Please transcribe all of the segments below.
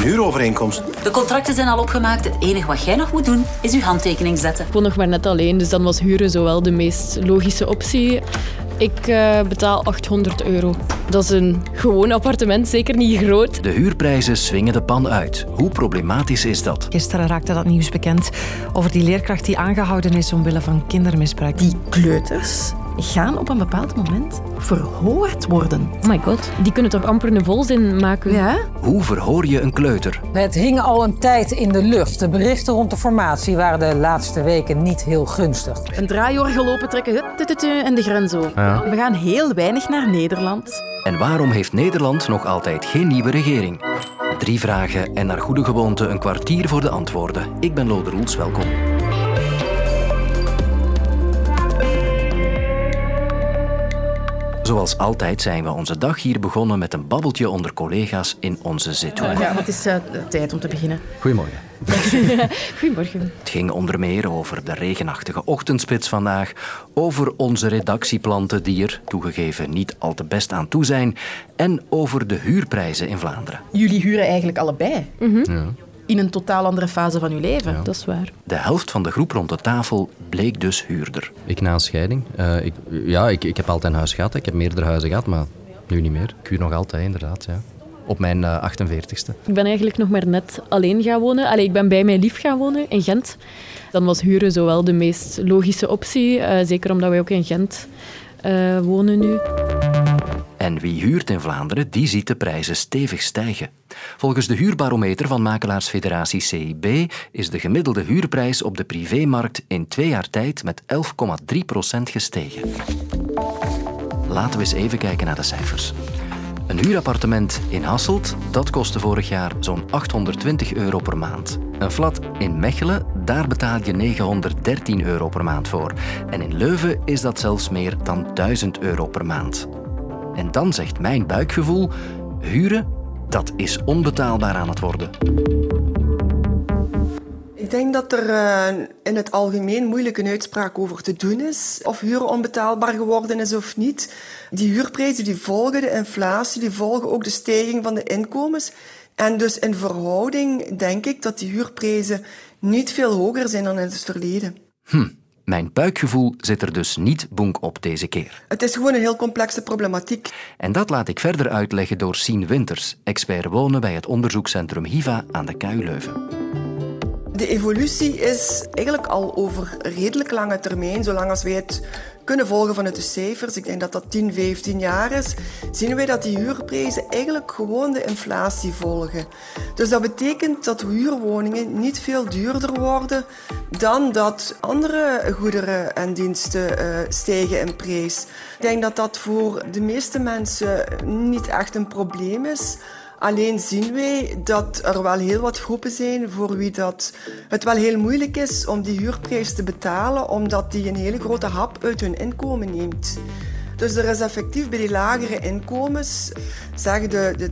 huurovereenkomst. De contracten zijn al opgemaakt. Het enige wat jij nog moet doen, is je handtekening zetten. Ik woon nog maar net alleen, dus dan was huren zowel de meest logische optie. Ik betaal €800. Dat is een gewoon appartement, zeker niet groot. De huurprijzen swingen de pan uit. Hoe problematisch is dat? Gisteren raakte dat nieuws bekend over die leerkracht die aangehouden is omwille van kindermisbruik. Die kleuters gaan op een bepaald moment verhoord worden. Oh my god, die kunnen toch amper een volzin maken? Ja? Hoe verhoor je een kleuter? Het hing al een tijd in de lucht. De berichten rond de formatie waren de laatste weken niet heel gunstig. Een draaiorgel opentrekken en de grens over. Ja. We gaan heel weinig naar Nederland. En waarom heeft Nederland nog altijd geen nieuwe regering? 3 vragen en naar goede gewoonte een kwartier voor de antwoorden. Ik ben Lode Roels, welkom. Zoals altijd zijn we onze dag hier begonnen met een babbeltje onder collega's in onze zithoek. Ja, het is tijd om te beginnen. Goedemorgen. Goedemorgen. Het ging onder meer over de regenachtige ochtendspits vandaag, over onze redactieplanten die er, toegegeven, niet al te best aan toe zijn, en over de huurprijzen in Vlaanderen. Jullie huren eigenlijk allebei. Ja. In een totaal andere fase van uw leven. Dat is waar. De helft van de groep rond de tafel bleek dus huurder. Ik na een scheiding. Ik heb altijd een huis gehad. Ik heb meerdere huizen gehad, maar nu niet meer. Ik huur nog altijd, inderdaad. Ja. Op mijn 48ste. Ik ben eigenlijk nog maar net alleen gaan wonen. Ik ben bij mijn lief gaan wonen in Gent. Dan was huren zowel de meest logische optie. Zeker omdat wij ook in Gent wonen nu. En wie huurt in Vlaanderen, die ziet de prijzen stevig stijgen. Volgens de huurbarometer van makelaarsfederatie CIB is de gemiddelde huurprijs op de privémarkt in 2 jaar tijd met 11,3% gestegen. Laten we eens even kijken naar de cijfers. Een huurappartement in Hasselt, dat kostte vorig jaar zo'n €820 per maand. Een flat in Mechelen, daar betaal je €913 per maand voor. En in Leuven is dat zelfs meer dan €1000 per maand. En dan zegt mijn buikgevoel, huren, dat is onbetaalbaar aan het worden. Ik denk dat er in het algemeen moeilijk een uitspraak over te doen is. Of huren onbetaalbaar geworden is of niet. Die huurprijzen die volgen de inflatie, die volgen ook de stijging van de inkomens. En dus in verhouding denk ik dat die huurprijzen niet veel hoger zijn dan in het verleden. Mijn buikgevoel zit er dus niet bonk op deze keer. Het is gewoon een heel complexe problematiek. En dat laat ik verder uitleggen door Sien Winters, expert wonen bij het onderzoekscentrum HIVA aan de KU Leuven. De evolutie is eigenlijk al over redelijk lange termijn, zolang als wij het kunnen volgen vanuit de cijfers, ik denk dat dat 10, 15 jaar is, zien wij dat die huurprijzen eigenlijk gewoon de inflatie volgen. Dus dat betekent dat huurwoningen niet veel duurder worden dan dat andere goederen en diensten stijgen in prijs. Ik denk dat dat voor de meeste mensen niet echt een probleem is. Alleen zien wij dat er wel heel wat groepen zijn voor wie dat het wel heel moeilijk is om die huurprijs te betalen, omdat die een hele grote hap uit hun inkomen neemt. Dus er is effectief bij die lagere inkomens, zeg de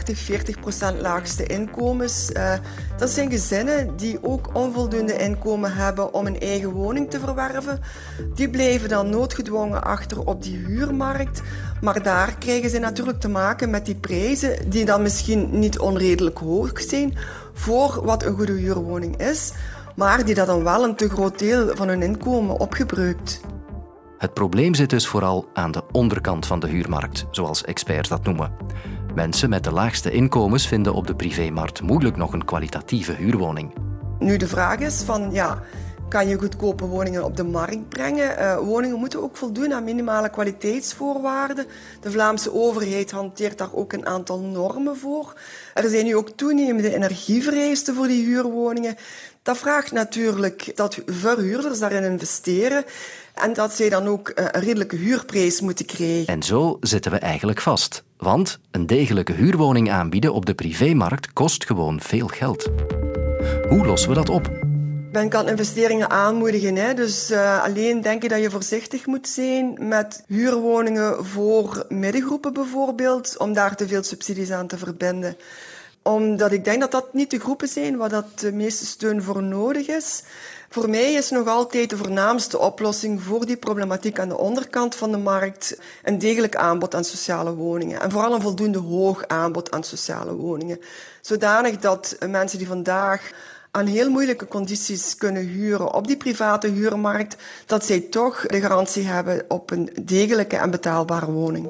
30-40% laagste inkomens, dat zijn gezinnen die ook onvoldoende inkomen hebben om een eigen woning te verwerven. Die blijven dan noodgedwongen achter op die huurmarkt. Maar daar krijgen ze natuurlijk te maken met die prijzen die dan misschien niet onredelijk hoog zijn voor wat een goede huurwoning is, maar die dat dan wel een te groot deel van hun inkomen opgebruikt. Het probleem zit dus vooral aan de onderkant van de huurmarkt, zoals experts dat noemen. Mensen met de laagste inkomens vinden op de privémarkt moeilijk nog een kwalitatieve huurwoning. Nu de vraag is van, kan je goedkope woningen op de markt brengen? Woningen moeten ook voldoen aan minimale kwaliteitsvoorwaarden. De Vlaamse overheid hanteert daar ook een aantal normen voor. Er zijn nu ook toenemende energievereisten voor die huurwoningen. Dat vraagt natuurlijk dat verhuurders daarin investeren en dat zij dan ook een redelijke huurprijs moeten krijgen. En zo zitten we eigenlijk vast. Want een degelijke huurwoning aanbieden op de privémarkt kost gewoon veel geld. Hoe lossen we dat op? Men kan investeringen aanmoedigen. Hè? Dus alleen denk ik dat je voorzichtig moet zijn met huurwoningen voor middengroepen bijvoorbeeld, om daar te veel subsidies aan te verbinden. Omdat ik denk dat dat niet de groepen zijn waar dat de meeste steun voor nodig is. Voor mij is nog altijd de voornaamste oplossing voor die problematiek aan de onderkant van de markt een degelijk aanbod aan sociale woningen. En vooral een voldoende hoog aanbod aan sociale woningen. Zodanig dat mensen die vandaag aan heel moeilijke condities kunnen huren op die private huurmarkt, dat zij toch de garantie hebben op een degelijke en betaalbare woning.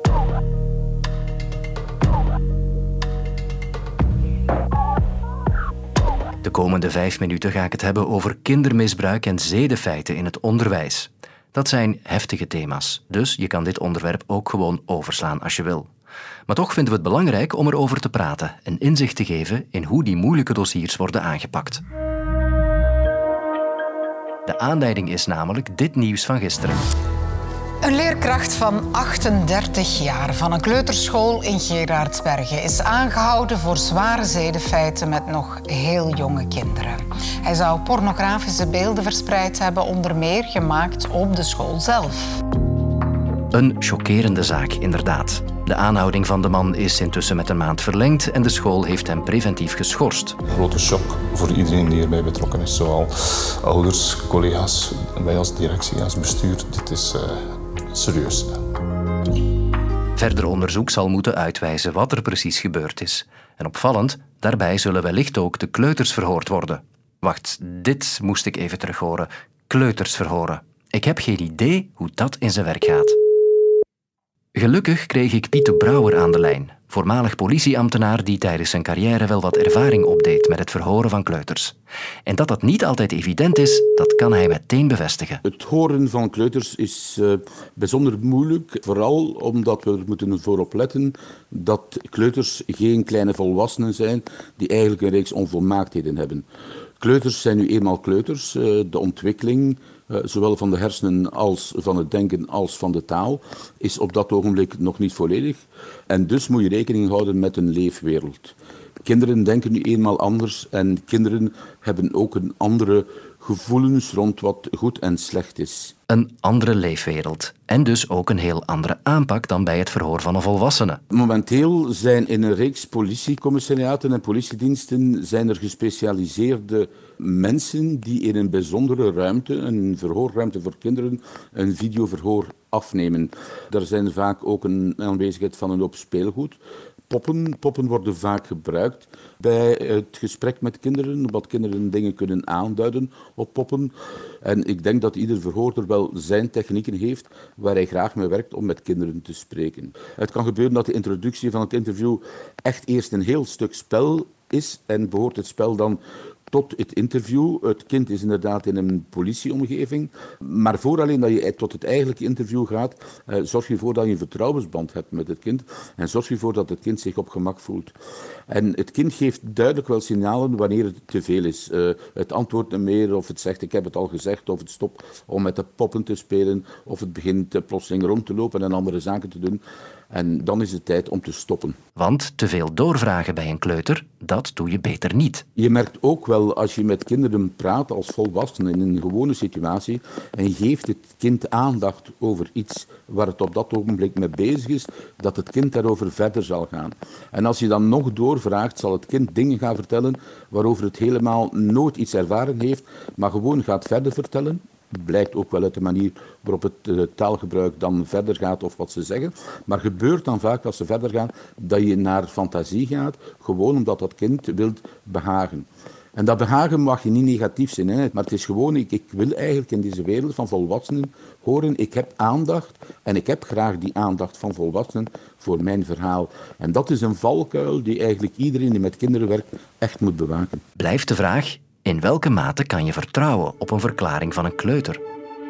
De komende 5 minuten ga ik het hebben over kindermisbruik en zedenfeiten in het onderwijs. Dat zijn heftige thema's, dus je kan dit onderwerp ook gewoon overslaan als je wil. Maar toch vinden we het belangrijk om erover te praten en inzicht te geven in hoe die moeilijke dossiers worden aangepakt. De aanleiding is namelijk dit nieuws van gisteren. Een leerkracht van 38 jaar van een kleuterschool in Geraardsbergen is aangehouden voor zware zedenfeiten met nog heel jonge kinderen. Hij zou pornografische beelden verspreid hebben, onder meer gemaakt op de school zelf. Een chockerende zaak, inderdaad. De aanhouding van de man is intussen met een maand verlengd en de school heeft hem preventief geschorst. Een grote shock voor iedereen die erbij betrokken is. Zowel ouders, collega's, wij als directie, als bestuur. Dit is serieus. Verder onderzoek zal moeten uitwijzen wat er precies gebeurd is. En opvallend, daarbij zullen wellicht ook de kleuters verhoord worden. Wacht, dit moest ik even terug horen. Kleuters verhoren. Ik heb geen idee hoe dat in zijn werk gaat. Gelukkig kreeg ik Piet de Brouwer aan de lijn, voormalig politieambtenaar die tijdens zijn carrière wel wat ervaring opdeed met het verhoren van kleuters. En dat dat niet altijd evident is, dat kan hij meteen bevestigen. Het horen van kleuters is bijzonder moeilijk, vooral omdat we er moeten voor opletten dat kleuters geen kleine volwassenen zijn die eigenlijk een reeks onvolmaaktheden hebben. Kleuters zijn nu eenmaal kleuters. De ontwikkeling, zowel van de hersenen als van het denken als van de taal, is op dat ogenblik nog niet volledig. En dus moet je rekening houden met een leefwereld. Kinderen denken nu eenmaal anders en kinderen hebben ook een andere gevoelens rond wat goed en slecht is. Een andere leefwereld. En dus ook een heel andere aanpak dan bij het verhoor van een volwassene. Momenteel zijn in een reeks politiecommissariaten en politiediensten zijn er gespecialiseerde mensen die in een bijzondere ruimte, een verhoorruimte voor kinderen, een videoverhoor afnemen. Daar zijn vaak ook een aanwezigheid van een hoop speelgoed. Poppen worden vaak gebruikt bij het gesprek met kinderen, omdat kinderen dingen kunnen aanduiden op poppen. En ik denk dat ieder verhoorder wel zijn technieken heeft waar hij graag mee werkt om met kinderen te spreken. Het kan gebeuren dat de introductie van het interview echt eerst een heel stuk spel is en behoort het spel dan tot het interview. Het kind is inderdaad in een politieomgeving. Maar vooraleer dat je tot het eigenlijke interview gaat, zorg je ervoor dat je een vertrouwensband hebt met het kind. En zorg je ervoor dat het kind zich op gemak voelt. En het kind geeft duidelijk wel signalen wanneer het te veel is. Het antwoordt niet meer of het zegt ik heb het al gezegd. Of het stopt om met de poppen te spelen. Of het begint plotseling rond te lopen en andere zaken te doen. En dan is het tijd om te stoppen. Want te veel doorvragen bij een kleuter, dat doe je beter niet. Je merkt ook wel als je met kinderen praat als volwassenen in een gewone situatie en je geeft het kind aandacht over iets waar het op dat ogenblik mee bezig is, dat het kind daarover verder zal gaan. En als je dan nog doorvraagt, zal het kind dingen gaan vertellen waarover het helemaal nooit iets ervaren heeft, maar gewoon gaat verder vertellen. Blijkt ook wel uit de manier waarop het taalgebruik dan verder gaat of wat ze zeggen. Maar gebeurt dan vaak als ze verder gaan dat je naar fantasie gaat, gewoon omdat dat kind wilt behagen. En dat behagen mag je niet negatief zijn, hè? Maar het is gewoon, ik wil eigenlijk in deze wereld van volwassenen horen, ik heb aandacht en ik heb graag die aandacht van volwassenen voor mijn verhaal. En dat is een valkuil die eigenlijk iedereen die met kinderen werkt echt moet bewaken. Blijft de vraag: in welke mate kan je vertrouwen op een verklaring van een kleuter?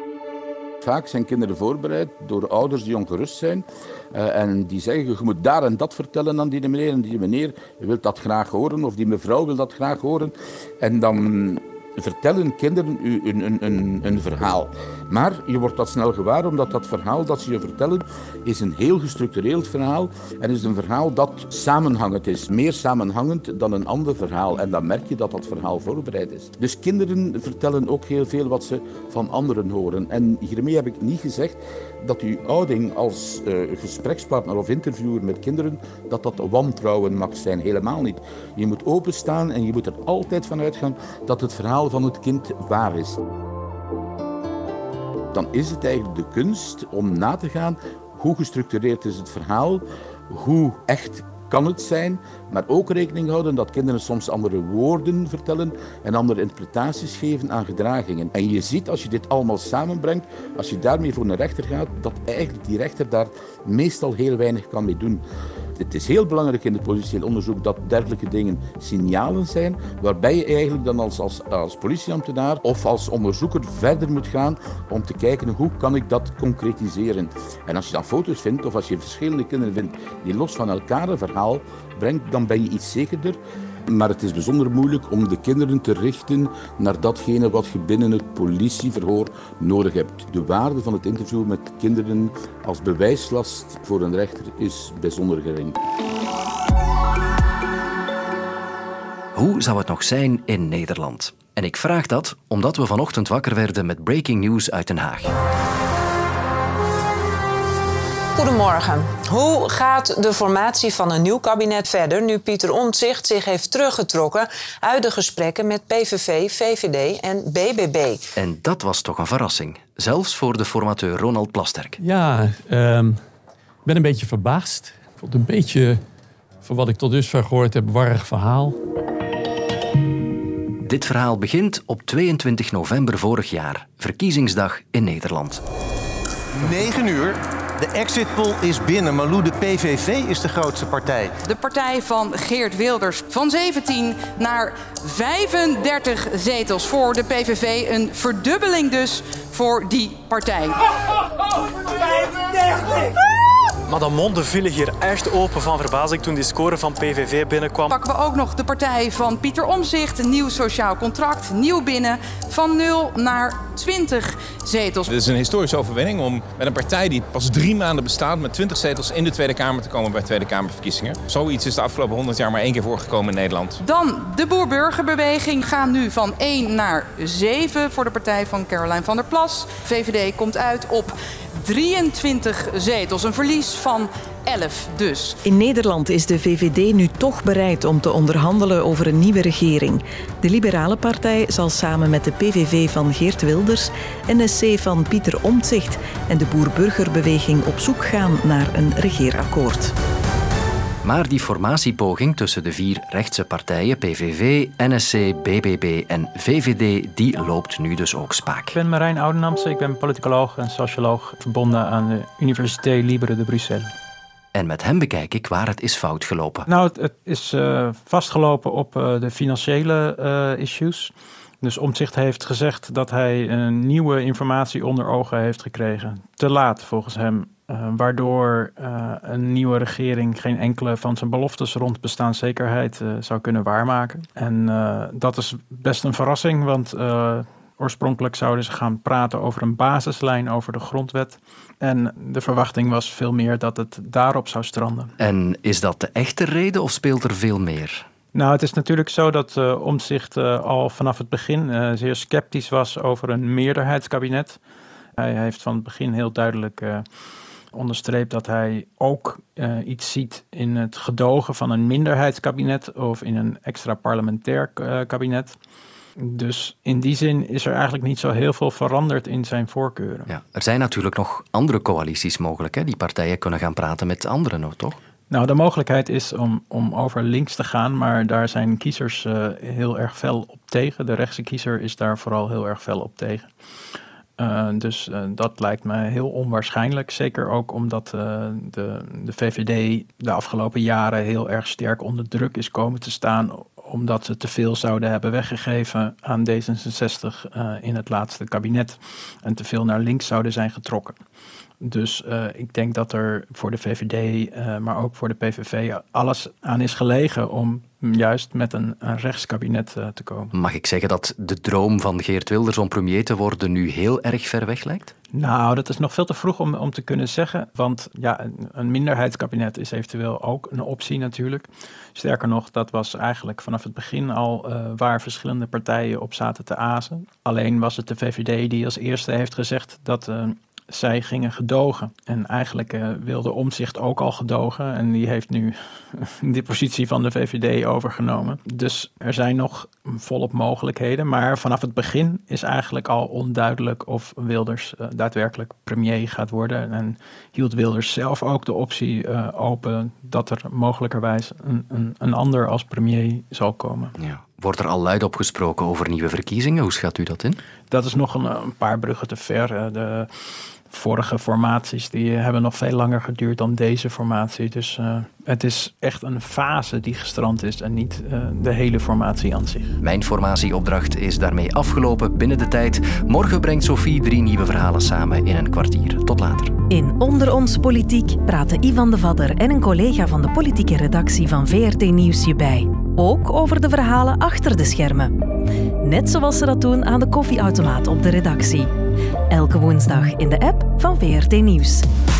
Vaak zijn kinderen voorbereid door ouders die ongerust zijn en die zeggen je moet daar en dat vertellen aan die meneer en die meneer wil dat graag horen of die mevrouw wil dat graag horen. En dan vertellen kinderen u een verhaal. Maar je wordt dat snel gewaar, omdat dat verhaal dat ze je vertellen is een heel gestructureerd verhaal en is een verhaal dat samenhangend is. Meer samenhangend dan een ander verhaal. En dan merk je dat dat verhaal voorbereid is. Dus kinderen vertellen ook heel veel wat ze van anderen horen. En hiermee heb ik niet gezegd dat uw houding als gesprekspartner of interviewer met kinderen, dat wantrouwen mag zijn. Helemaal niet. Je moet openstaan en je moet er altijd van uitgaan dat het verhaal van het kind waar is. Dan is het eigenlijk de kunst om na te gaan hoe gestructureerd is het verhaal, hoe echt kan het zijn, maar ook rekening houden dat kinderen soms andere woorden vertellen en andere interpretaties geven aan gedragingen. En je ziet, als je dit allemaal samenbrengt, als je daarmee voor een rechter gaat, dat eigenlijk die rechter daar meestal heel weinig kan mee doen. Het is heel belangrijk in het politieel onderzoek dat dergelijke dingen signalen zijn, waarbij je eigenlijk dan als politieambtenaar of als onderzoeker verder moet gaan om te kijken hoe kan ik dat concretiseren. En als je dan foto's vindt of als je verschillende kinderen vindt die los van elkaar een verhaal brengt, dan ben je iets zekerder. Maar het is bijzonder moeilijk om de kinderen te richten naar datgene wat je binnen het politieverhoor nodig hebt. De waarde van het interview met kinderen als bewijslast voor een rechter is bijzonder gering. Hoe zou het nog zijn in Nederland? En ik vraag dat omdat we vanochtend wakker werden met breaking news uit Den Haag. Goedemorgen. Hoe gaat de formatie van een nieuw kabinet verder nu Pieter Omtzigt zich heeft teruggetrokken uit de gesprekken met PVV, VVD en BBB? En dat was toch een verrassing, zelfs voor de formateur Ronald Plasterk. Ja, ik ben een beetje verbaasd. Ik vond het een beetje, van wat ik tot dusver gehoord heb, warrig verhaal. Dit verhaal begint op 22 november vorig jaar, verkiezingsdag in Nederland. 9 uur. De exit poll is binnen. Malou, de PVV is de grootste partij. De partij van Geert Wilders. Van 17 naar 35 zetels voor de PVV. Een verdubbeling dus voor die partij. 35! Madame Monde viel hier echt open van verbazing toen die score van PVV binnenkwam. Pakken we ook nog de partij van Pieter Omtzigt. Een nieuw sociaal contract, nieuw binnen. Van 0 naar 20 zetels. Het is een historische overwinning om met een partij die pas 3 maanden bestaat met 20 zetels in de Tweede Kamer te komen bij Tweede Kamerverkiezingen. Zoiets is de afgelopen 100 jaar maar 1 keer voorgekomen in Nederland. Dan de Boer-Burgerbeweging gaan nu van 1 naar 7 voor de partij van Caroline van der Plas. VVD komt uit op 23 zetels, een verlies van 11 dus. In Nederland is de VVD nu toch bereid om te onderhandelen over een nieuwe regering. De Liberale Partij zal samen met de PVV van Geert Wilders, NSC van Pieter Omtzigt en de Boer-Burgerbeweging op zoek gaan naar een regeerakkoord. Maar die formatiepoging tussen de 4 rechtse partijen, PVV, NSC, BBB en VVD, die loopt nu dus ook spaak. Ik ben Marijn Oudenamse, ik ben politicoloog en socioloog verbonden aan de Université Libre de Bruxelles. En met hem bekijk ik waar het is fout gelopen. Nou, het is vastgelopen op de financiële issues. Dus Omtzigt heeft gezegd dat hij nieuwe informatie onder ogen heeft gekregen. Te laat volgens hem. Waardoor een nieuwe regering geen enkele van zijn beloftes rond bestaanszekerheid zou kunnen waarmaken. En dat is best een verrassing, want oorspronkelijk zouden ze gaan praten over een basislijn over de grondwet. En de verwachting was veel meer dat het daarop zou stranden. En is dat de echte reden of speelt er veel meer? Nou, het is natuurlijk zo dat Omtzigt al vanaf het begin zeer sceptisch was over een meerderheidskabinet. Hij heeft van het begin heel duidelijk onderstreept dat hij ook iets ziet in het gedogen van een minderheidskabinet of in een extra parlementair kabinet. Dus in die zin is er eigenlijk niet zo heel veel veranderd in zijn voorkeuren. Ja, er zijn natuurlijk nog andere coalities mogelijk. Hè? Die partijen kunnen gaan praten met anderen, toch? Nou, de mogelijkheid is om over links te gaan, maar daar zijn kiezers heel erg fel op tegen. De rechtse kiezer is daar vooral heel erg fel op tegen. Dus dat lijkt me heel onwaarschijnlijk. Zeker ook omdat de VVD de afgelopen jaren heel erg sterk onder druk is komen te staan, omdat ze te veel zouden hebben weggegeven aan D66 in het laatste kabinet en te veel naar links zouden zijn getrokken. Dus ik denk dat er voor de VVD, maar ook voor de PVV... alles aan is gelegen om juist met een rechtskabinet te komen. Mag ik zeggen dat de droom van Geert Wilders om premier te worden nu heel erg ver weg lijkt? Nou, dat is nog veel te vroeg om te kunnen zeggen. Want ja, een minderheidskabinet is eventueel ook een optie natuurlijk. Sterker nog, dat was eigenlijk vanaf het begin al waar verschillende partijen op zaten te azen. Alleen was het de VVD die als eerste heeft gezegd dat... zij gingen gedogen. En eigenlijk wilde Omtzigt ook al gedogen. En die heeft nu de positie van de VVD overgenomen. Dus er zijn nog volop mogelijkheden. Maar vanaf het begin is eigenlijk al onduidelijk of Wilders daadwerkelijk premier gaat worden. En hield Wilders zelf ook de optie open dat er mogelijkerwijs een ander als premier zal komen. Ja. Wordt er al luid op gesproken over nieuwe verkiezingen? Hoe schat u dat in? Dat is nog een paar bruggen te ver. De vorige formaties die hebben nog veel langer geduurd dan deze formatie. Dus het is echt een fase die gestrand is en niet de hele formatie aan zich. Mijn formatieopdracht is daarmee afgelopen binnen de tijd. Morgen brengt Sophie 3 nieuwe verhalen samen in een kwartier. Tot later. In Onder ons Politiek praten Ivan de Vadder en een collega van de politieke redactie van VRT Nieuws je bij. Ook over de verhalen achter de schermen. Net zoals ze dat doen aan de koffieautomaat op de redactie. Elke woensdag in de app van VRT Nieuws.